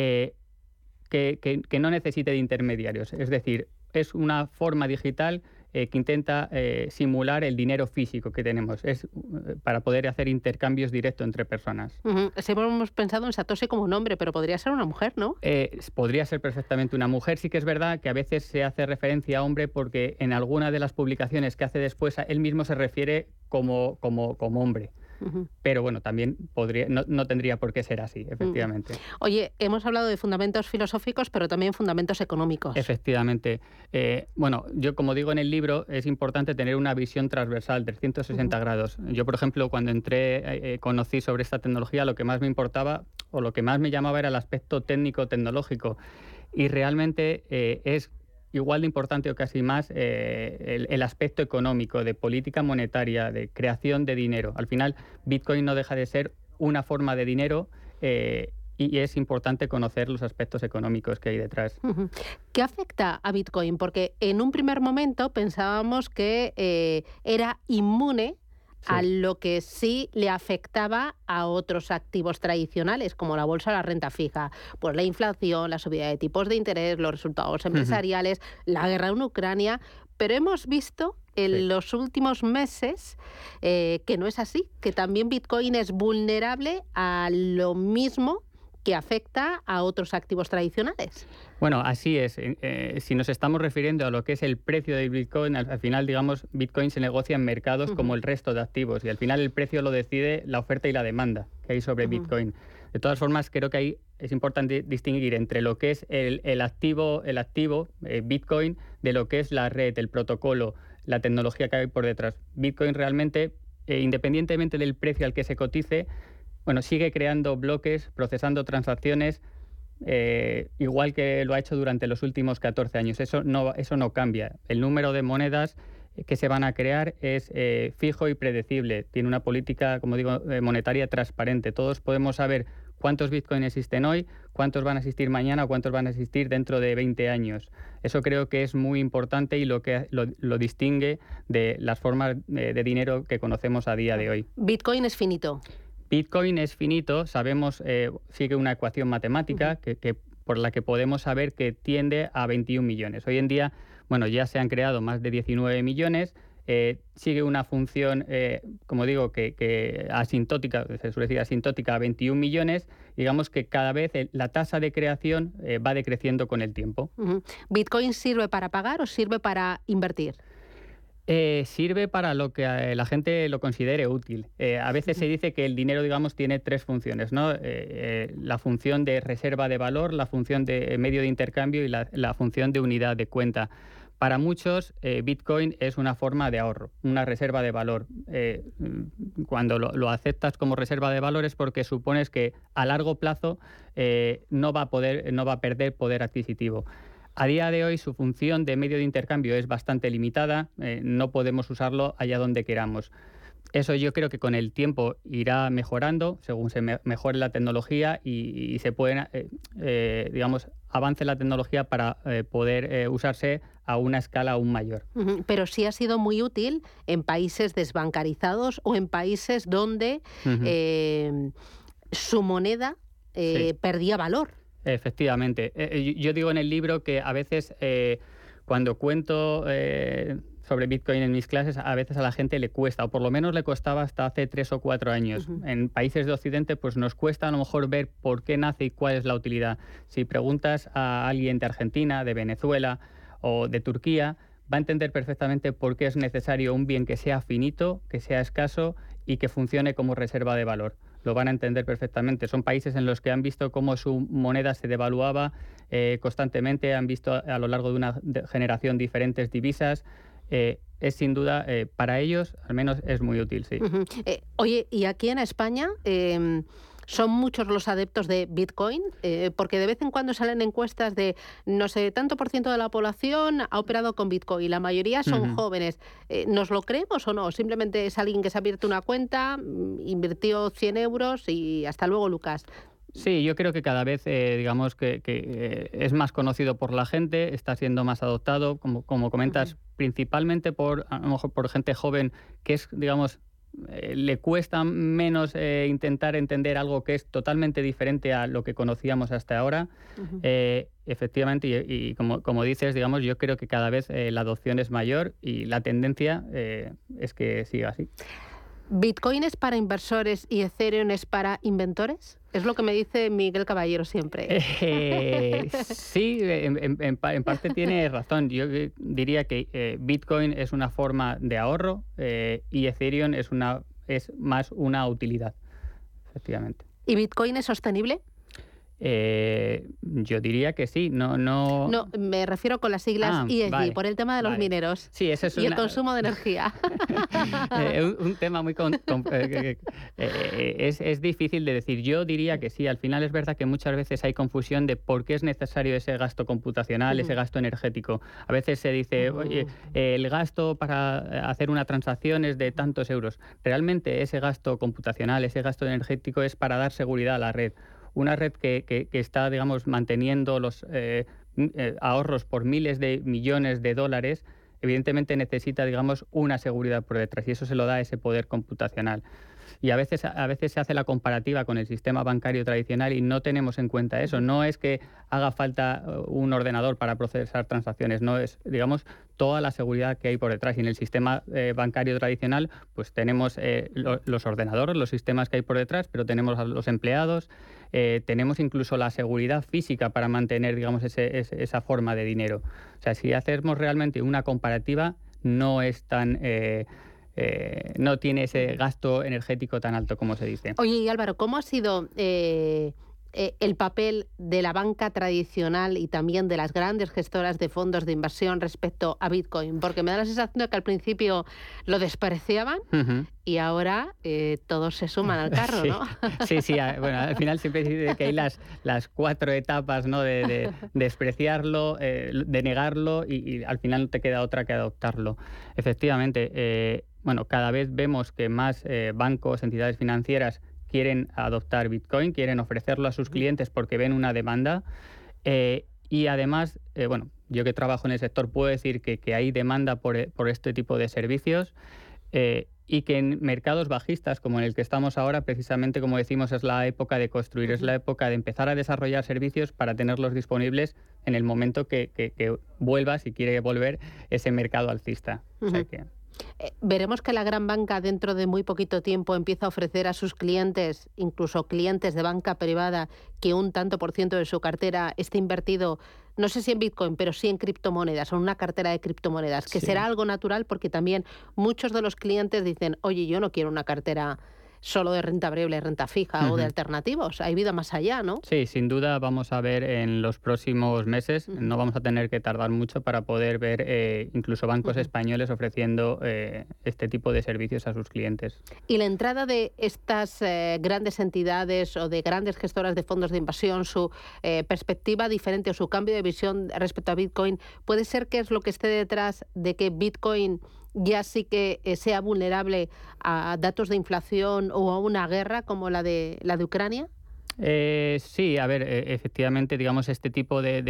que no necesite de intermediarios. Es decir, es una forma digital que intenta simular el dinero físico que tenemos, para poder hacer intercambios directos entre personas. Siempre hemos pensado en Satoshi como un hombre, pero podría ser una mujer, ¿no? Podría ser perfectamente una mujer. Sí que es verdad que a veces se hace referencia a hombre porque en alguna de las publicaciones que hace después él mismo se refiere como hombre. Pero bueno, también no tendría por qué ser así, efectivamente. Oye, hemos hablado de fundamentos filosóficos, pero también fundamentos económicos. Efectivamente. Bueno, yo como digo en el libro, es importante tener una visión transversal, 360 grados. Yo, por ejemplo, cuando conocí sobre esta tecnología, lo que más me importaba o lo que más me llamaba era el aspecto técnico-tecnológico. Y realmente es igual de importante o casi más el aspecto económico, de política monetaria, de creación de dinero. Al final, Bitcoin no deja de ser una forma de dinero y es importante conocer los aspectos económicos que hay detrás. ¿Qué afecta a Bitcoin? Porque en un primer momento pensábamos que era inmune a lo que sí le afectaba a otros activos tradicionales, como la bolsa o la renta fija. Pues la inflación, la subida de tipos de interés, los resultados empresariales, la guerra en Ucrania. Pero hemos visto en los últimos meses que no es así, que también Bitcoin es vulnerable a lo mismo que afecta a otros activos tradicionales. Bueno, así es. Si nos estamos refiriendo a lo que es el precio de Bitcoin, al final, digamos, Bitcoin se negocia en mercados como el resto de activos y al final el precio lo decide la oferta y la demanda que hay sobre Bitcoin. De todas formas, creo que ahí es importante distinguir entre lo que es el activo Bitcoin de lo que es la red, el protocolo, la tecnología que hay por detrás. Bitcoin realmente, independientemente del precio al que se cotice, bueno, sigue creando bloques, procesando transacciones, igual que lo ha hecho durante los últimos 14 años. Eso no cambia. El número de monedas que se van a crear es fijo y predecible. Tiene una política, como digo, monetaria transparente. Todos podemos saber cuántos Bitcoin existen hoy, cuántos van a existir mañana o cuántos van a existir dentro de 20 años. Eso creo que es muy importante y lo distingue de las formas de dinero que conocemos a día de hoy. ¿Bitcoin es finito? Bitcoin es finito, sabemos, sigue una ecuación matemática que por la que podemos saber que tiende a 21 millones. Hoy en día, bueno, ya se han creado más de 19 millones, sigue una función, como digo, que asintótica, se suele decir asintótica, a 21 millones. Digamos que cada vez la tasa de creación va decreciendo con el tiempo. ¿Bitcoin sirve para pagar o sirve para invertir? Sirve para lo que la gente lo considere útil. A veces se dice que el dinero, digamos, tiene tres funciones, ¿no? La función de reserva de valor, la función de medio de intercambio y la función de unidad de cuenta. Para muchos, Bitcoin es una forma de ahorro, una reserva de valor. Cuando lo aceptas como reserva de valor es porque supones que a largo plazo no va a perder poder adquisitivo. A día de hoy su función de medio de intercambio es bastante limitada, no podemos usarlo allá donde queramos. Eso yo creo que con el tiempo irá mejorando según se mejore la tecnología y se pueden, digamos, avance la tecnología para poder usarse a una escala aún mayor. Pero sí ha sido muy útil en países desbancarizados o en países donde su moneda perdía valor. Efectivamente. Yo digo en el libro que a veces cuando cuento sobre Bitcoin en mis clases, a veces a la gente le cuesta, o por lo menos le costaba hasta hace 3 o 4 años. En países de Occidente pues nos cuesta a lo mejor ver por qué nace y cuál es la utilidad. Si preguntas a alguien de Argentina, de Venezuela o de Turquía, va a entender perfectamente por qué es necesario un bien que sea finito, que sea escaso y que funcione como reserva de valor. Lo van a entender perfectamente. Son países en los que han visto cómo su moneda se devaluaba constantemente, han visto a lo largo de una generación diferentes divisas. Es sin duda, para ellos, al menos es muy útil, sí. Oye, y aquí en España ¿Son muchos los adeptos de Bitcoin? Porque de vez en cuando salen encuestas de, no sé, tanto por ciento de la población ha operado con Bitcoin. La mayoría son jóvenes. ¿Nos lo creemos o no? Simplemente es alguien que se ha abierto una cuenta, invirtió 100 euros y hasta luego, Lucas. Sí, yo creo que cada vez, digamos, que es más conocido por la gente, está siendo más adoptado, como comentas, principalmente a lo mejor por gente joven que es, digamos, le cuesta menos intentar entender algo que es totalmente diferente a lo que conocíamos hasta ahora. Efectivamente, y como dices, digamos, yo creo que cada vez la adopción es mayor y la tendencia es que siga así. ¿Bitcoin es para inversores y Ethereum es para inventores? Es lo que me dice Miguel Caballero siempre. Sí, en parte tiene razón. Yo diría que Bitcoin es una forma de ahorro y Ethereum es más una utilidad, efectivamente. ¿Y Bitcoin es sostenible? Yo diría que sí, no, me refiero con las siglas ESG, vale, por el tema de los mineros, sí, eso es y el consumo de energía. Un tema muy... es difícil de decir. Yo diría que sí. Al final es verdad que muchas veces hay confusión de por qué es necesario ese gasto computacional, ese gasto energético. A veces se dice, oye, el gasto para hacer una transacción es de tantos euros. Realmente ese gasto computacional, ese gasto energético es para dar seguridad a la red. Una red que está, digamos, manteniendo los ahorros por miles de millones de dólares, evidentemente necesita, digamos, una seguridad por detrás, y eso se lo da ese poder computacional. Y a veces se hace la comparativa con el sistema bancario tradicional y no tenemos en cuenta eso. No es que haga falta un ordenador para procesar transacciones, no es, digamos, toda la seguridad que hay por detrás. Y en el sistema bancario tradicional, pues tenemos los ordenadores, los sistemas que hay por detrás, pero tenemos a los empleados, tenemos incluso la seguridad física para mantener, digamos, esa forma de dinero. O sea, si hacemos realmente una comparativa, no es tan... no tiene ese gasto energético tan alto como se dice. Oye, y Álvaro, ¿cómo ha sido el papel de la banca tradicional y también de las grandes gestoras de fondos de inversión respecto a Bitcoin? Porque me da la sensación de que al principio lo despreciaban y ahora todos se suman al carro, ¿no? Sí, bueno, al final siempre se dice que hay las 4 etapas, ¿no? de despreciarlo, de negarlo y al final no te queda otra que adoptarlo. Efectivamente, bueno, cada vez vemos que más bancos, entidades financieras quieren adoptar Bitcoin, quieren ofrecerlo a sus clientes porque ven una demanda y además, bueno, yo que trabajo en el sector puedo decir que hay demanda por este tipo de servicios y que en mercados bajistas como en el que estamos ahora, precisamente como decimos, es la época de construir, es la época de empezar a desarrollar servicios para tenerlos disponibles en el momento que vuelva, si quiere volver, ese mercado alcista. O sea que... Veremos que la gran banca dentro de muy poquito tiempo empieza a ofrecer a sus clientes, incluso clientes de banca privada, que un tanto por ciento de su cartera esté invertido, no sé si en Bitcoin, pero sí en criptomonedas, o en una cartera de criptomonedas, que será algo natural porque también muchos de los clientes dicen, oye, yo no quiero una cartera solo de renta variable, renta fija o de alternativos. Hay vida más allá, ¿no? Sí, sin duda vamos a ver en los próximos meses, no vamos a tener que tardar mucho para poder ver incluso bancos españoles ofreciendo este tipo de servicios a sus clientes. Y la entrada de estas grandes entidades o de grandes gestoras de fondos de inversión, su perspectiva diferente o su cambio de visión respecto a Bitcoin, ¿puede ser que es lo que esté detrás de que Bitcoin ya sí que sea vulnerable a datos de inflación o a una guerra como la de Ucrania? Sí, a ver, efectivamente, digamos, este tipo de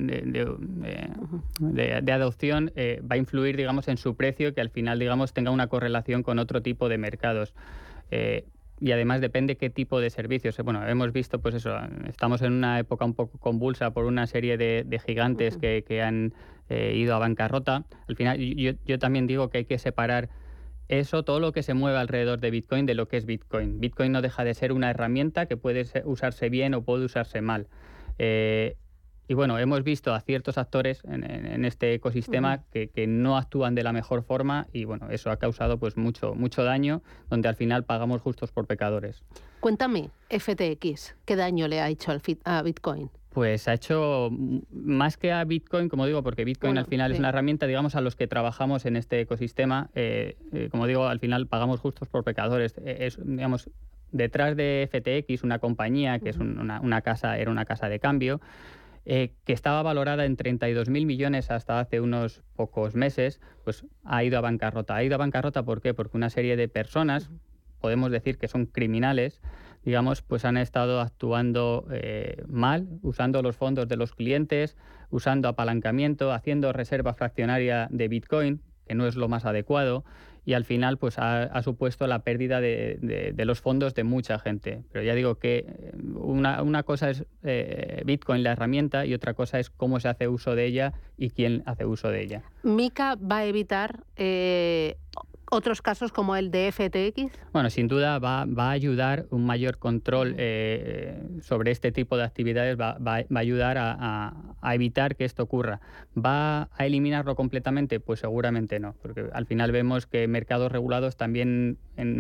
adopción va a influir, digamos, en su precio, que al final, digamos, tenga una correlación con otro tipo de mercados. Y además depende qué tipo de servicios. Bueno, hemos visto, pues eso, estamos en una época un poco convulsa por una serie de gigantes que han ido a bancarrota. Al final, yo también digo que hay que separar eso, todo lo que se mueve alrededor de Bitcoin, de lo que es Bitcoin. Bitcoin no deja de ser una herramienta que puede usarse bien o puede usarse mal. Y bueno, hemos visto a ciertos actores en este ecosistema que no actúan de la mejor forma y bueno, eso ha causado pues mucho daño, donde al final pagamos justos por pecadores. Cuéntame, FTX, ¿qué daño le ha hecho a Bitcoin? Pues ha hecho más que a Bitcoin, como digo, porque Bitcoin al final es una herramienta, digamos, a los que trabajamos en este ecosistema. Como digo, al final pagamos justos por pecadores. Digamos, detrás de FTX, una compañía que es una casa, era una casa de cambio, que estaba valorada en 32.000 millones hasta hace unos pocos meses, pues ha ido a bancarrota. ¿Ha ido a bancarrota por qué? Porque una serie de personas, podemos decir que son criminales, digamos, pues han estado actuando mal, usando los fondos de los clientes, usando apalancamiento, haciendo reserva fraccionaria de Bitcoin, que no es lo más adecuado, y al final pues ha supuesto la pérdida de los fondos de mucha gente. Pero ya digo que una cosa es Bitcoin, la herramienta, y otra cosa es cómo se hace uso de ella y quién hace uso de ella. ¿MiCA va a evitar otros casos como el de FTX? Bueno, sin duda va a ayudar un mayor control sobre este tipo de actividades, va a ayudar a evitar que esto ocurra. ¿Va a eliminarlo completamente? Pues seguramente no, porque al final vemos que en mercados regulados también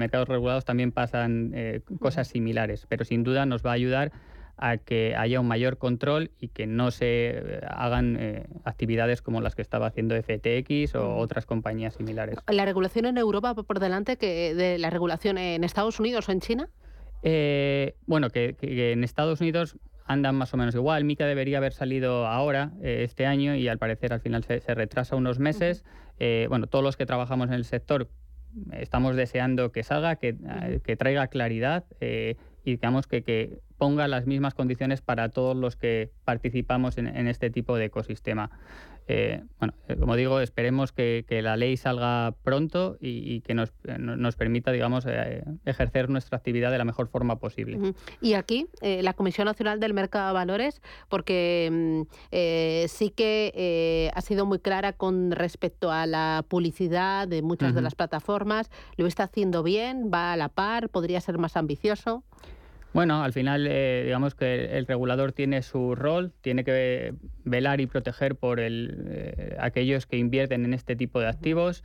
pasan cosas similares, pero sin duda nos va a ayudar a que haya un mayor control y que no se hagan actividades como las que estaba haciendo FTX o otras compañías similares. ¿La regulación en Europa va por delante que de la regulación en Estados Unidos o en China? Bueno, que en Estados Unidos andan más o menos igual. MiCA debería haber salido ahora, este año, y al parecer al final se retrasa unos meses. Bueno, todos los que trabajamos en el sector estamos deseando que salga, que traiga claridad y digamos que ponga las mismas condiciones para todos los que participamos en este tipo de ecosistema. Bueno, como digo, esperemos que la ley salga pronto y que nos permita, digamos, ejercer nuestra actividad de la mejor forma posible. Y aquí, la Comisión Nacional del Mercado de Valores, porque sí que ha sido muy clara con respecto a la publicidad de muchas de las plataformas. ¿Lo está haciendo bien? ¿Va a la par? ¿Podría ser más ambicioso? Bueno, al final, digamos que el regulador tiene su rol, tiene que velar y proteger por aquellos que invierten en este tipo de activos.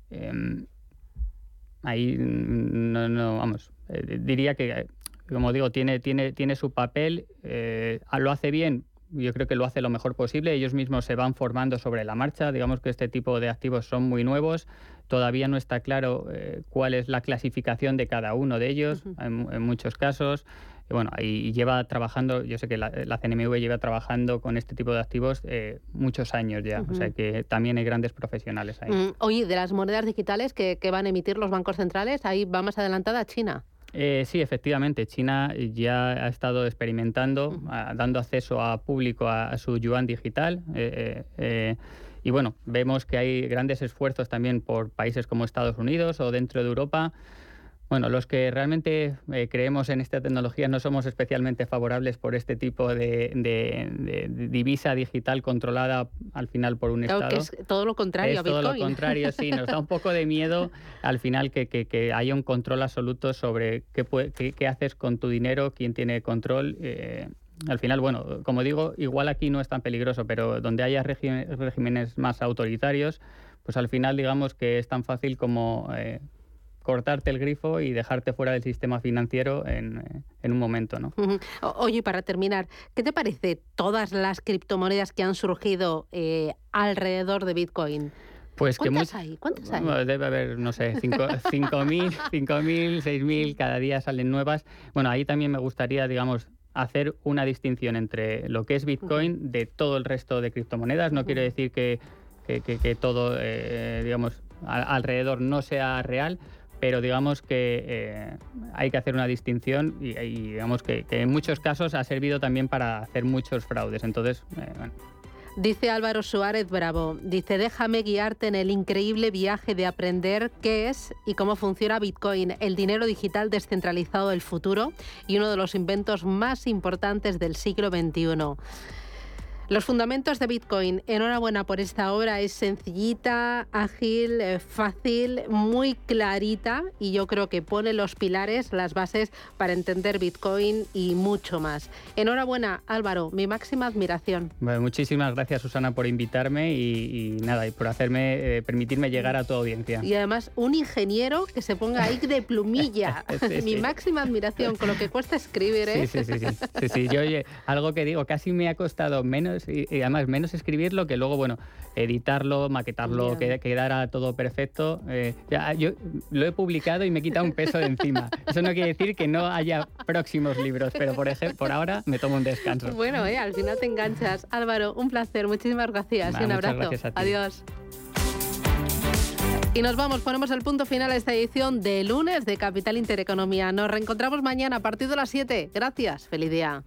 Ahí diría que, como digo, tiene su papel, lo hace bien. Yo creo que lo hace lo mejor posible. Ellos mismos se van formando sobre la marcha. Digamos que este tipo de activos son muy nuevos. Todavía no está claro cuál es la clasificación de cada uno de ellos en muchos casos. Y bueno, ahí lleva trabajando, yo sé que la CNMV lleva trabajando con este tipo de activos muchos años ya. O sea que también hay grandes profesionales ahí. Oye, de las monedas digitales que van a emitir los bancos centrales, ahí va más adelantada China. Sí, efectivamente. China ya ha estado experimentando, dando acceso a público a su yuan digital. Y bueno, vemos que hay grandes esfuerzos también por países como Estados Unidos o dentro de Europa. Bueno, los que realmente creemos en esta tecnología no somos especialmente favorables por este tipo de divisa digital controlada al final por un Estado. Que es todo lo contrario a Bitcoin. Todo lo contrario, sí. Nos da un poco de miedo al final que haya un control absoluto sobre qué haces con tu dinero, quién tiene control. Al final, bueno, como digo, igual aquí no es tan peligroso, pero donde haya regímenes más autoritarios, pues al final digamos que es tan fácil como cortarte el grifo y dejarte fuera del sistema financiero en un momento, ¿no? Oye, para terminar, ¿qué te parece todas las criptomonedas que han surgido alrededor de Bitcoin? Pues ¿Cuántas hay? Bueno, debe haber, no sé, 5.000, 6.000, cada día salen nuevas. Bueno, ahí también me gustaría, digamos, hacer una distinción entre lo que es Bitcoin de todo el resto de criptomonedas. No quiero decir que todo, digamos, alrededor no sea real, pero digamos que hay que hacer una distinción y digamos que en muchos casos ha servido también para hacer muchos fraudes. Entonces, bueno. Dice Álvaro Suárez Bravo, dice, déjame guiarte en el increíble viaje de aprender qué es y cómo funciona Bitcoin, el dinero digital descentralizado del futuro y uno de los inventos más importantes del siglo XXI. Los fundamentos de Bitcoin, enhorabuena por esta obra, es sencillita, ágil, fácil, muy clarita y yo creo que pone los pilares, las bases para entender Bitcoin y mucho más. Enhorabuena, Álvaro, mi máxima admiración. Bueno, muchísimas gracias, Susana, por invitarme y nada, y por permitirme llegar a tu audiencia. Y además, un ingeniero que se ponga ahí de plumilla. Mi máxima admiración, con lo que cuesta escribir, ¿eh? Sí. Yo, oye, algo que digo, casi me ha costado menos y además menos escribirlo que luego, bueno, editarlo, maquetarlo, que quedara todo perfecto. Yo lo he publicado y me he quitado un peso de encima. Eso no quiere decir que no haya próximos libros, pero por ahora me tomo un descanso. Bueno, al final te enganchas. Álvaro, un placer, muchísimas gracias y un abrazo. Gracias a ti. Adiós. Y nos vamos, ponemos el punto final a esta edición de lunes de Capital Intereconomía. Nos reencontramos mañana a partir de las 7. Gracias, feliz día.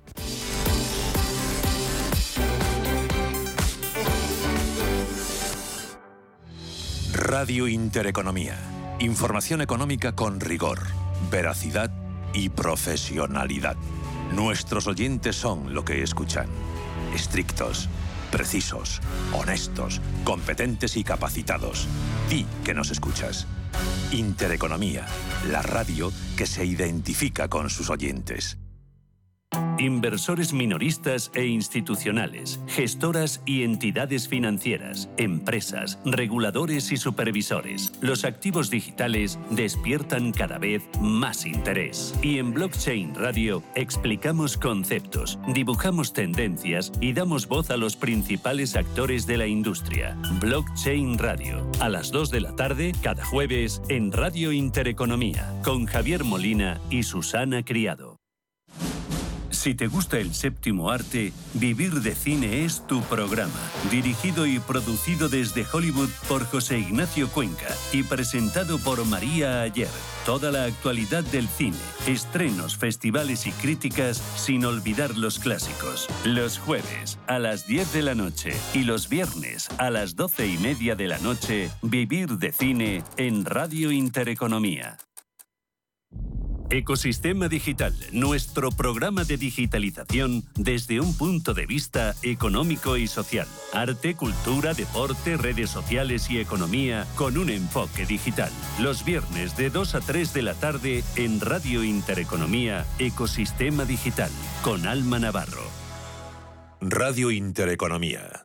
Radio Intereconomía. Información económica con rigor, veracidad y profesionalidad. Nuestros oyentes son lo que escuchan. Estrictos, precisos, honestos, competentes y capacitados. Di que nos escuchas. Intereconomía, la radio que se identifica con sus oyentes. Inversores minoristas e institucionales, gestoras y entidades financieras, empresas, reguladores y supervisores. Los activos digitales despiertan cada vez más interés. Y en Blockchain Radio explicamos conceptos, dibujamos tendencias y damos voz a los principales actores de la industria. Blockchain Radio, a las 2 de la tarde, cada jueves, en Radio Intereconomía, con Javier Molina y Susana Criado. Si te gusta el séptimo arte, Vivir de Cine es tu programa. Dirigido y producido desde Hollywood por José Ignacio Cuenca y presentado por María Ayer. Toda la actualidad del cine, estrenos, festivales y críticas, sin olvidar los clásicos. Los jueves a las 10 de la noche y los viernes a las 12:30 de la noche, Vivir de Cine en Radio Intereconomía. Ecosistema Digital, nuestro programa de digitalización desde un punto de vista económico y social. Arte, cultura, deporte, redes sociales y economía con un enfoque digital. Los viernes de 2 a 3 de la tarde en Radio Intereconomía, Ecosistema Digital, con Alma Navarro. Radio Intereconomía.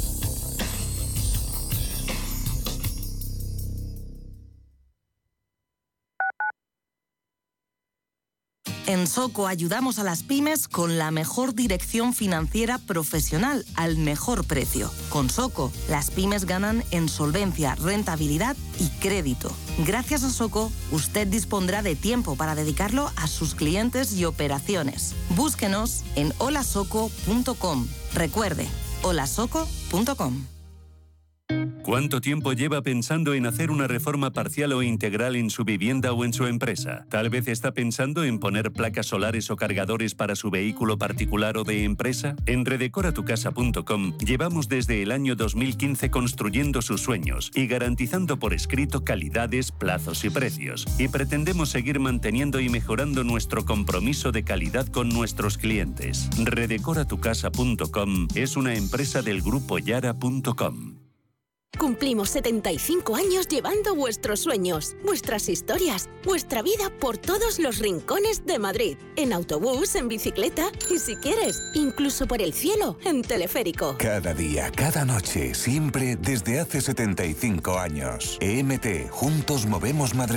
En Soco ayudamos a las pymes con la mejor dirección financiera profesional al mejor precio. Con Soco, las pymes ganan en solvencia, rentabilidad y crédito. Gracias a Soco, usted dispondrá de tiempo para dedicarlo a sus clientes y operaciones. Búsquenos en holasoco.com. Recuerde, holasoco.com. ¿Cuánto tiempo lleva pensando en hacer una reforma parcial o integral en su vivienda o en su empresa? Tal vez está pensando en poner placas solares o cargadores para su vehículo particular o de empresa. En redecoratucasa.com llevamos desde el año 2015 construyendo sus sueños y garantizando por escrito calidades, plazos y precios. Y pretendemos seguir manteniendo y mejorando nuestro compromiso de calidad con nuestros clientes. Redecoratucasa.com es una empresa del grupo Yara.com. Cumplimos 75 años llevando vuestros sueños, vuestras historias, vuestra vida por todos los rincones de Madrid. En autobús, en bicicleta y, si quieres, incluso por el cielo, en teleférico. Cada día, cada noche, siempre desde hace 75 años. EMT, juntos movemos Madrid.